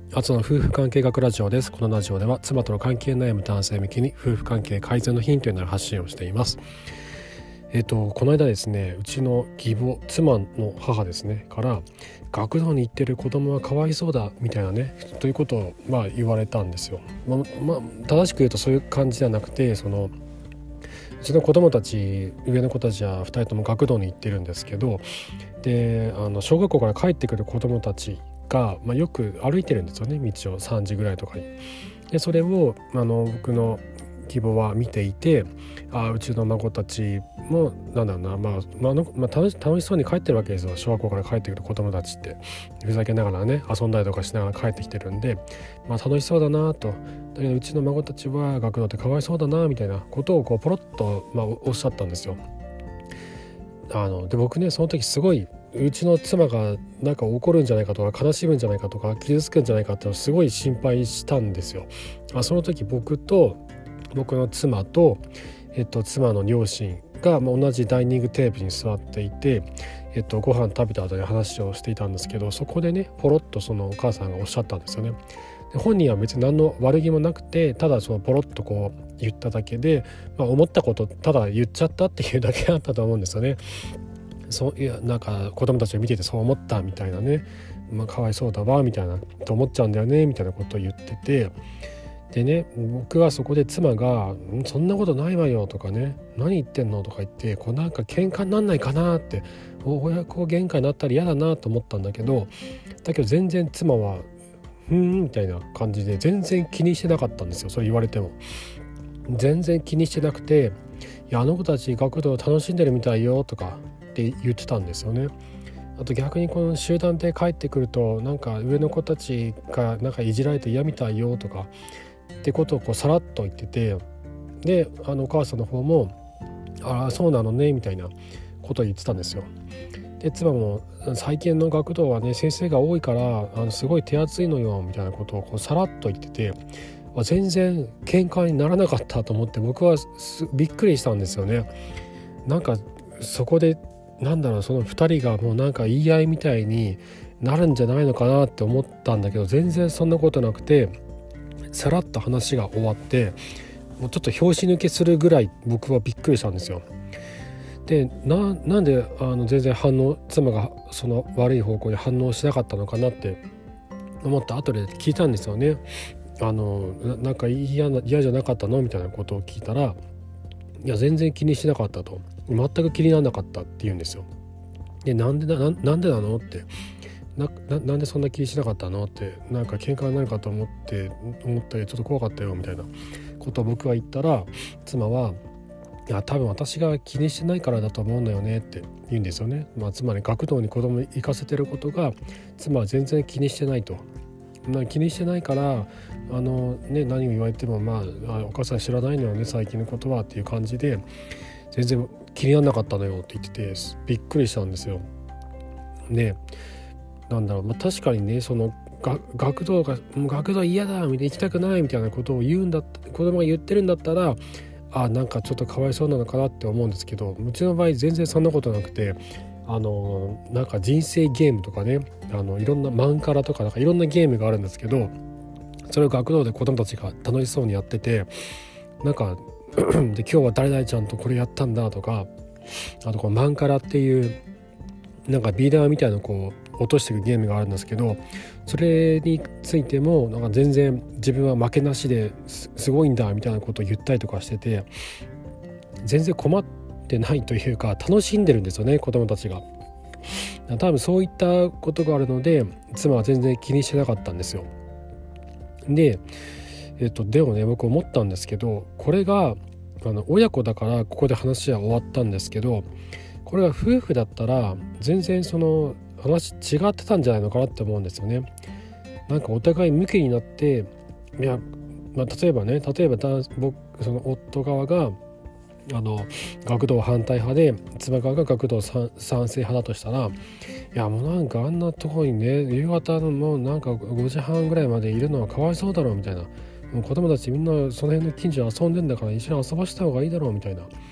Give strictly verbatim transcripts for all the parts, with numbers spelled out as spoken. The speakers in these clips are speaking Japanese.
あつの夫婦関係学ラジオです。このラジオでは妻との関係悩む男性向けに夫婦関係改善のヒントになる発信をしています。えっとこの間ですね、うちの義母、妻の母ですねから学童に行ってる子供はかわいそうだみたいなねということをまあ言われたんですよ。ままあ正しく言うとそういう感じではなくて、そのうちの子供たち、上の子たちはふたりとも学童に行ってるんですけど、であの小学校から帰ってくる子供たちが、まあ、よく歩いてるんですよね、道をさんじぐらいとかに。でそれをあの僕の義母は見ていて、あうちの孫たちもなんだろうな、まあまあまあ、楽し、楽しそうに帰ってるわけですよ。小学校から帰ってくる子供たちってふざけながらね遊んだりとかしながら帰ってきてるんで、まあ、楽しそうだなと。だけどうちの孫たちは学童ってかわいそうだなみたいなことをこうポロッと、まあ、おっしゃったんですよ。あので僕ねその時すごいうちの妻がなんか怒るんじゃないかとか悲しむんじゃないかとか傷つくんじゃないかっていうのをすごい心配したんですよ。あその時僕と僕の妻と、えっと、妻の両親が同じダイニングテーブルに座っていて、えっと、ご飯食べた後に話をしていたんですけど、そこでねポロッとそのお母さんがおっしゃったんですよね。で本人は別に何の悪気もなくて、ただそのポロッとこう言っただけで、まあ、思ったことただ言っちゃったっていうだけだったと思うんですよね。そういやなんか子供たちを見ててそう思ったみたいなね、まあ、かわいそうだわみたいなと思っちゃうんだよねみたいなことを言ってて、でね僕はそこで妻がんそんなことないわよとかね、何言ってんのとか言って、こうなんか喧嘩になんないかなって、親子喧嘩になったら嫌だなと思ったんだけど、だけど全然妻はふーんみたいな感じで全然気にしてなかったんですよ。それ言われても全然気にしてなくて、いやあの子たち学童楽しんでるみたいよとかって言ってたんですよね。あと逆にこの集団で帰ってくるとなんか上の子たちがなんかいじられて嫌みたいよとかってことをこうさらっと言ってて、であのお母さんの方もああそうなのねみたいなことを言ってたんですよ。で妻も最近の学童はね先生が多いからあのすごい手厚いのよみたいなことをこうさらっと言ってて、全然喧嘩にならなかったと思って、僕はびっくりしたんですよね。なんかそこでなんだろう、そのふたりがもうなんか言い合いみたいになるんじゃないのかなって思ったんだけど、全然そんなことなくて、さらっと話が終わってもうちょっと拍子抜けするぐらい僕はびっくりしたんですよ。で な, なんであの全然反応妻がその悪い方向に反応しなかったのかなって思った後で聞いたんですよね。あの な, なんか嫌な嫌じゃなかったのみたいなことを聞いたら、いや全然気にしなかったと、全く気にならなかったって言うんですよ。でなんで な, なんでなのってな, な, なんでそんな気にしなかったのって、なんか喧嘩になるかと思って思ったりちょっと怖かったよみたいなことを僕は言ったら、妻はいや多分私が気にしてないからだと思うんだよねって言うんですよね。まあ、つまり学童に子供に行かせてることが妻は全然気にしてないと、気にしてないからあの、ね、何を言われても、まあ、あお母さん知らないのよね最近のことはっていう感じで全然気にならなかったのよって言っててびっくりしたんですよ。でなんだろう、まあ、確かにねそのが学童が学童嫌だみたいな行きたくないみたいなことを言うんだ子供が言ってるんだったら、あなんかちょっとかわいそうなのかなって思うんですけど、うちの場合全然そんなことなくて、あのなんか人生ゲームとかね、あのいろんなマンカラとかなんかいろんなゲームがあるんですけど、それを学童で子供たちが楽しそうにやってて、なんかで今日は誰々ちゃんとこれやったんだとか、あとこのマンカラっていうなんかビーダーみたいなのをこう落としていくゲームがあるんですけど、それについてもなんか全然自分は負けなしですすごいんだみたいなことを言ったりとかしてて、全然困ってないというか楽しんでるんですよね子供たちが。多分そういったことがあるので妻は全然気にしてなかったんですよ。で、えっと、でもね僕思ったんですけど、これがあの親子だからここで話は終わったんですけど、これが夫婦だったら全然その話違ってたんじゃないのかなって思うんですよね。なんかお互い向きになって、いや、まあ、例えばね例えば僕その夫側があの学童反対派で妻側が学童賛成派だとしたら、いやもうなんかあんなところにね夕方のもうなんかごじはんぐらいまでいるのはかわいそうだろうみたいな、もう子供たちみんなその辺の近所で遊んでんだから一緒に遊ばした方がいいだろうみたいな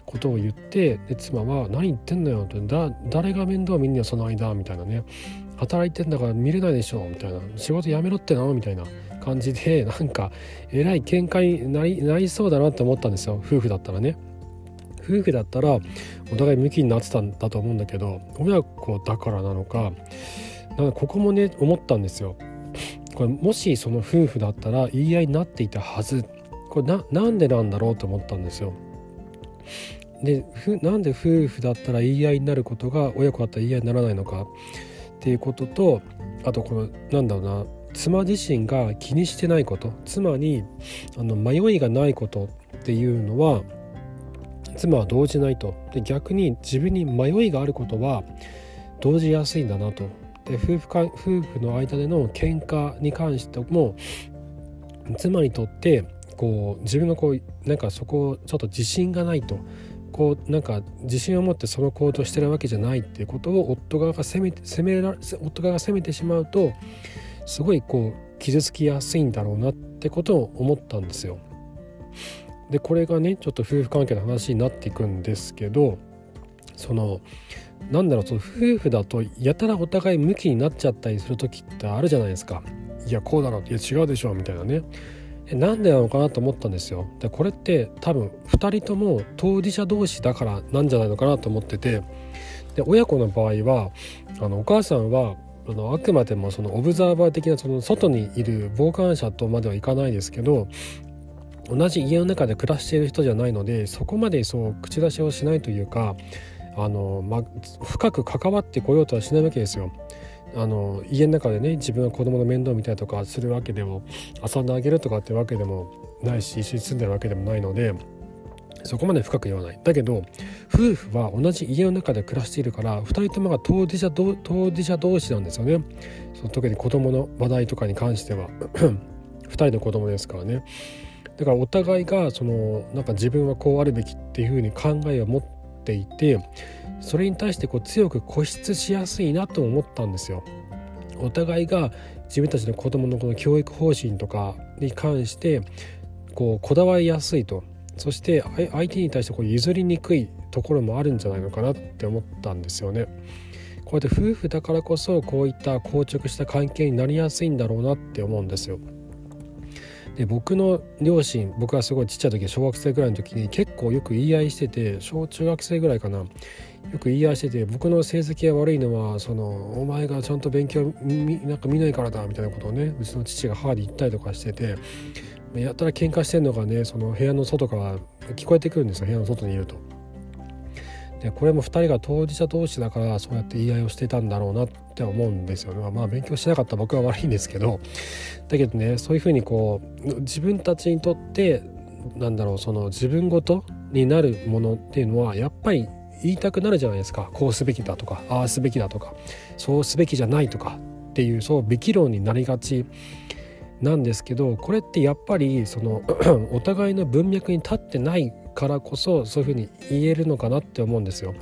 ことを言って、で妻は何言ってんのよってだ誰が面倒見んねよその間みたいなね、働いてんだから見れないでしょみたいな、仕事辞めろってなみたいな感じで、なんかえらい喧嘩になり、なりそうだなって思ったんですよ。夫婦だったらね、夫婦だったらお互い向きになってたんだと思うんだけど、親子だからなのか、なんかここもね思ったんですよ。これもしその夫婦だったら言い合いになっていたはず、これ な, なんでなんだろうと思ったんですよ。でふなんで夫婦だったら言い合いになることが親子だったら言い合いにならないのかっていうことと、あとこのなんだろうな、妻自身が気にしてないこと、妻にあの迷いがないことっていうのは妻は動じないと。で逆に自分に迷いがあることは動じやすいんだなと。で夫婦か夫婦の間での喧嘩に関しても妻にとってこう自分がこうなんかそこをちょっと自信がないと、こうなんか自信を持ってその行動してるわけじゃないっていうことを夫側が責めて責めら夫側が責めてしまうと、すごいこう傷つきやすいんだろうなってことを思ったんですよ。でこれがねちょっと夫婦関係の話になっていくんですけど、そのなんだろう、その夫婦だとやたらお互い向きになっちゃったりする時ってあるじゃないですか。いやこうだろう、いや違うでしょみたいなね。なんでなのかなと思ったんですよ。でこれって多分ふたりとも当事者同士だからなんじゃないのかなと思ってて、で親子の場合はあのお母さんはあのあくまでもそのオブザーバー的なその外にいる傍観者とまではいかないですけど、同じ家の中で暮らしている人じゃないので、そこまでそう口出しをしないというか、あの、ま、深く関わってこようとはしないわけですよ。あの家の中でね自分は子供の面倒見たりとかするわけでも、遊んであげるとかってわけでもないし、一緒に住んでるわけでもないのでそこまで深く言わない。だけど夫婦は同じ家の中で暮らしているからふたりともが当事者当事者同士なんですよね。その特に子供の話題とかに関してはふたりの子供ですからね。だからお互いがそのなんか自分はこうあるべきっていう風に考えを持っていて、それに対してこう強く固執しやすいなと思ったんですよ。お互いが自分たちの子供のこの教育方針とかに関してこうこだわりやすいと、そして相手に対してこう譲りにくいところもあるんじゃないのかなって思ったんですよね。こうやって夫婦だからこそこういった硬直した関係になりやすいんだろうなって思うんですよ。で僕の両親、僕はすごいちっちゃい時、小学生ぐらいの時に結構よく言い合いしてて、小中学生ぐらいかな、よく言い合いしてて、僕の成績が悪いのはそのお前がちゃんと勉強みなんか見ないからだみたいなことをね、うちの父が母に言ったりとかしてて、やったら喧嘩してるのがねその部屋の外から聞こえてくるんですよ、部屋の外にいると。でこれもふたりが当事者同士だからそうやって言い合いをしていたんだろうなって思うんですよね。まあ勉強しなかった僕は悪いんですけど、だけどねそういうふうにこう自分たちにとってなんだろう、その自分ごとになるものっていうのはやっぱり言いたくなるじゃないですか。こうすべきだとか、ああすべきだとか、そうすべきじゃないとかっていう、そうべき論になりがちなんですけど、これってやっぱりそのお互いの文脈に立ってないからこそそういうふうに言えるのかなって思うんですよ。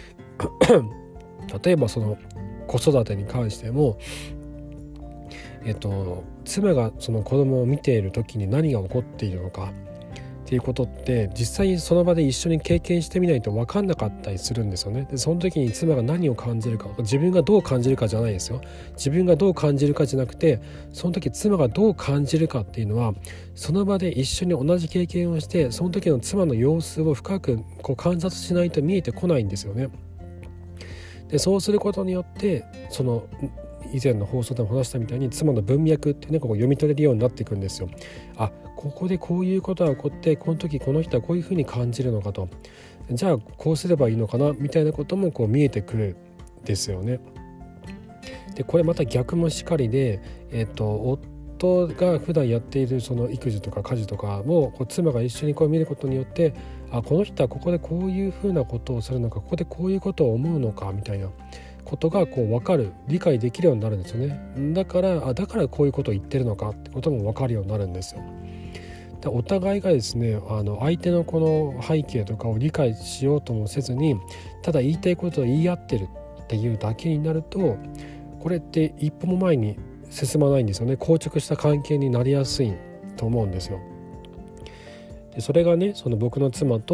例えばその子育てに関しても、えっと、妻がその子供を見ている時に何が起こっているのかっていうことって実際にその場で一緒に経験してみないと分かんなかったりするんですよね。でその時に妻が何を感じるか、自分がどう感じるかじゃないですよ。自分がどう感じるかじゃなくて、その時妻がどう感じるかっていうのはその場で一緒に同じ経験をして、その時の妻の様子を深くこう観察しないと見えてこないんですよね。でそうすることによってその以前の放送でも話したみたいに妻の文脈っていうのがこう読み取れるようになっていくんですよ。あ、ここでこういうことが起こって、この時この人はこういうふうに感じるのかと、じゃあこうすればいいのかなみたいなこともこう見えてくるんですよね。でこれまた逆もしかりで、えっと夫が普段やっているその育児とか家事とかもこう妻が一緒にこう見ることによって、あ、この人はここでこういうふうなことをするのか、ここでこういうことを思うのかみたいなことがこう分かる、理解できるようになるんですよね。だからあだからこういうことを言ってるのかってことも分かるようになるんですよ。でお互いがですね、あの相手のこの背景とかを理解しようともせずに、ただ言いたいことを言い合ってるっていうだけになると、これって一歩も前に進まないんですよね。硬直した関係になりやすいと思うんですよ。でそれがね、その僕の妻と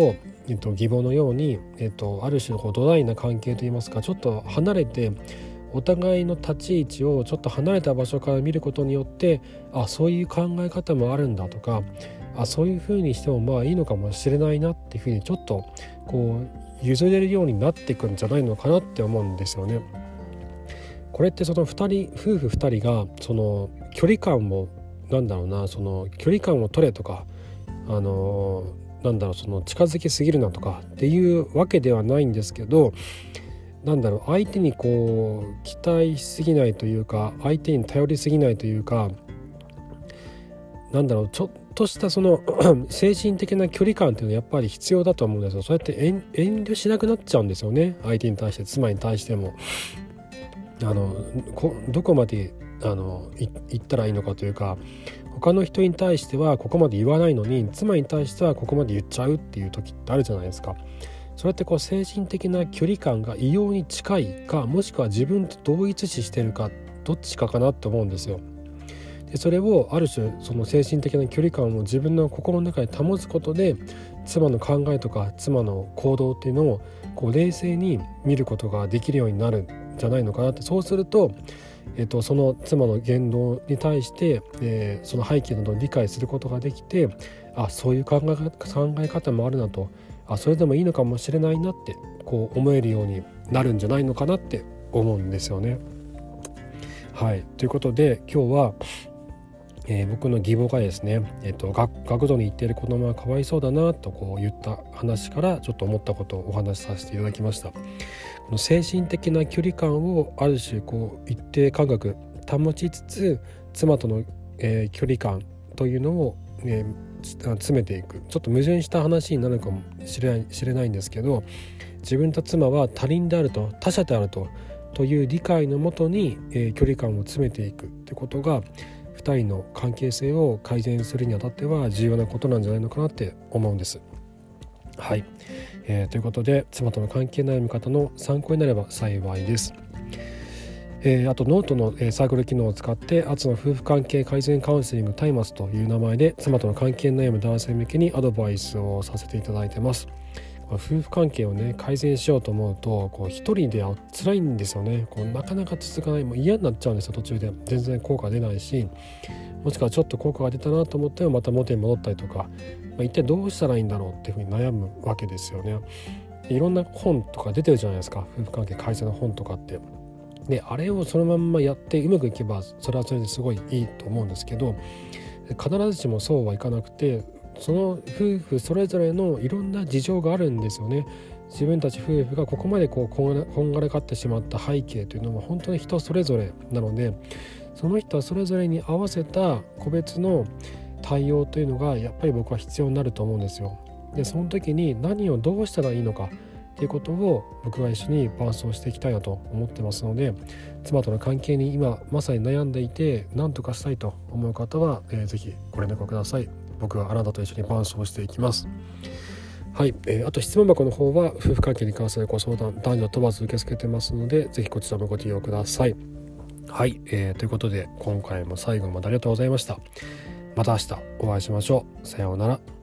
えっと、義母のように、えっと、ある種こう土台な関係といいますか、ちょっと離れてお互いの立ち位置をちょっと離れた場所から見ることによって、あ、そういう考え方もあるんだとか、あ、そういう風にしてもまあいいのかもしれないなっていう風にちょっとこう譲れるようになっていくんじゃないのかなって思うんですよね。これってそのふたり夫婦ふたりがその距離感をなんだろうなその距離感を取れとか、あのなんだろうその近づきすぎるなとかっていうわけではないんですけど、なんだろう相手にこう期待しすぎないというか、相手に頼りすぎないというか、なんだろうちょっとしたその精神的な距離感っていうのはやっぱり必要だと思うんですよ。そうやって遠慮しなくなっちゃうんですよね。相手に対して、妻に対してもあのこどこまであのい言ったらいいのかというか、他の人に対してはここまで言わないのに妻に対してはここまで言っちゃうっていう時ってあるじゃないですか。それってこう精神的な距離感が異様に近いか、もしくは自分と同一視してるか、どっちかかなと思うんですよ。でそれをある種その精神的な距離感を自分の心の中で保つことで、妻の考えとか妻の行動っていうのをこう冷静に見ることができるようになるんじゃないのかなって。そうすると、えっと、その妻の言動に対して、えー、その背景などを理解することができて、あ、そういう考え方、考え方もあるなと、あ、それでもいいのかもしれないなってこう思えるようになるんじゃないのかなって思うんですよね。はい、ということで今日はえー、僕の義母がですね、えー、と 学, 学童に行っている子供はかわいそうだなとこう言った話からちょっと思ったことをお話しさせていただきました。この精神的な距離感をある種こう一定間隔保ちつつ、妻との、えー、距離感というのを、ね、詰めていく、ちょっと矛盾した話になるかもしれない、しれないんですけど、自分と妻は他人であると、他者であるとという理解のもとに、えー、距離感を詰めていくってことがふたりの関係性を改善するにあたっては重要なことなんじゃないのかなって思うんです。はい、えー、ということで妻との関係悩み方の参考になれば幸いです。えー、あとノートの、えー、サークル機能を使ってアツの夫婦関係改善カウンセリングタイマスという名前で妻との関係悩む男性向けにアドバイスをさせていただいてます。夫婦関係をね改善しようと思うとこう一人では辛いんですよね。こうなかなか続かない、もう嫌になっちゃうんですよ。途中で全然効果出ないし、もしくはちょっと効果が出たなと思ってもまた元に戻ったりとか、まあ、一体どうしたらいいんだろうっていうふうに悩むわけですよね。いろんな本とか出てるじゃないですか、夫婦関係改善の本とかって。であれをそのまんまやってうまくいけばそれはそれですごいいいと思うんですけど、必ずしもそうはいかなくて、その夫婦それぞれのいろんな事情があるんですよね。自分たち夫婦がここまでこうこんがらがってしまった背景というのは本当に人それぞれなので、その人はそれぞれに合わせた個別の対応というのがやっぱり僕は必要になると思うんですよ。でその時に何をどうしたらいいのかっていうことを僕が一緒に伴走していきたいなと思ってますので、妻との関係に今まさに悩んでいて何とかしたいと思う方は、えー、ぜひご連絡ください。僕はあなたと一緒に伴走していきます。はい、えー、あと質問箱の方は夫婦関係に関するご相談男女問わず受け付けてますので、ぜひこちらもご利用ください。はい、えー、ということで今回も最後までありがとうございました。また明日お会いしましょう。さようなら。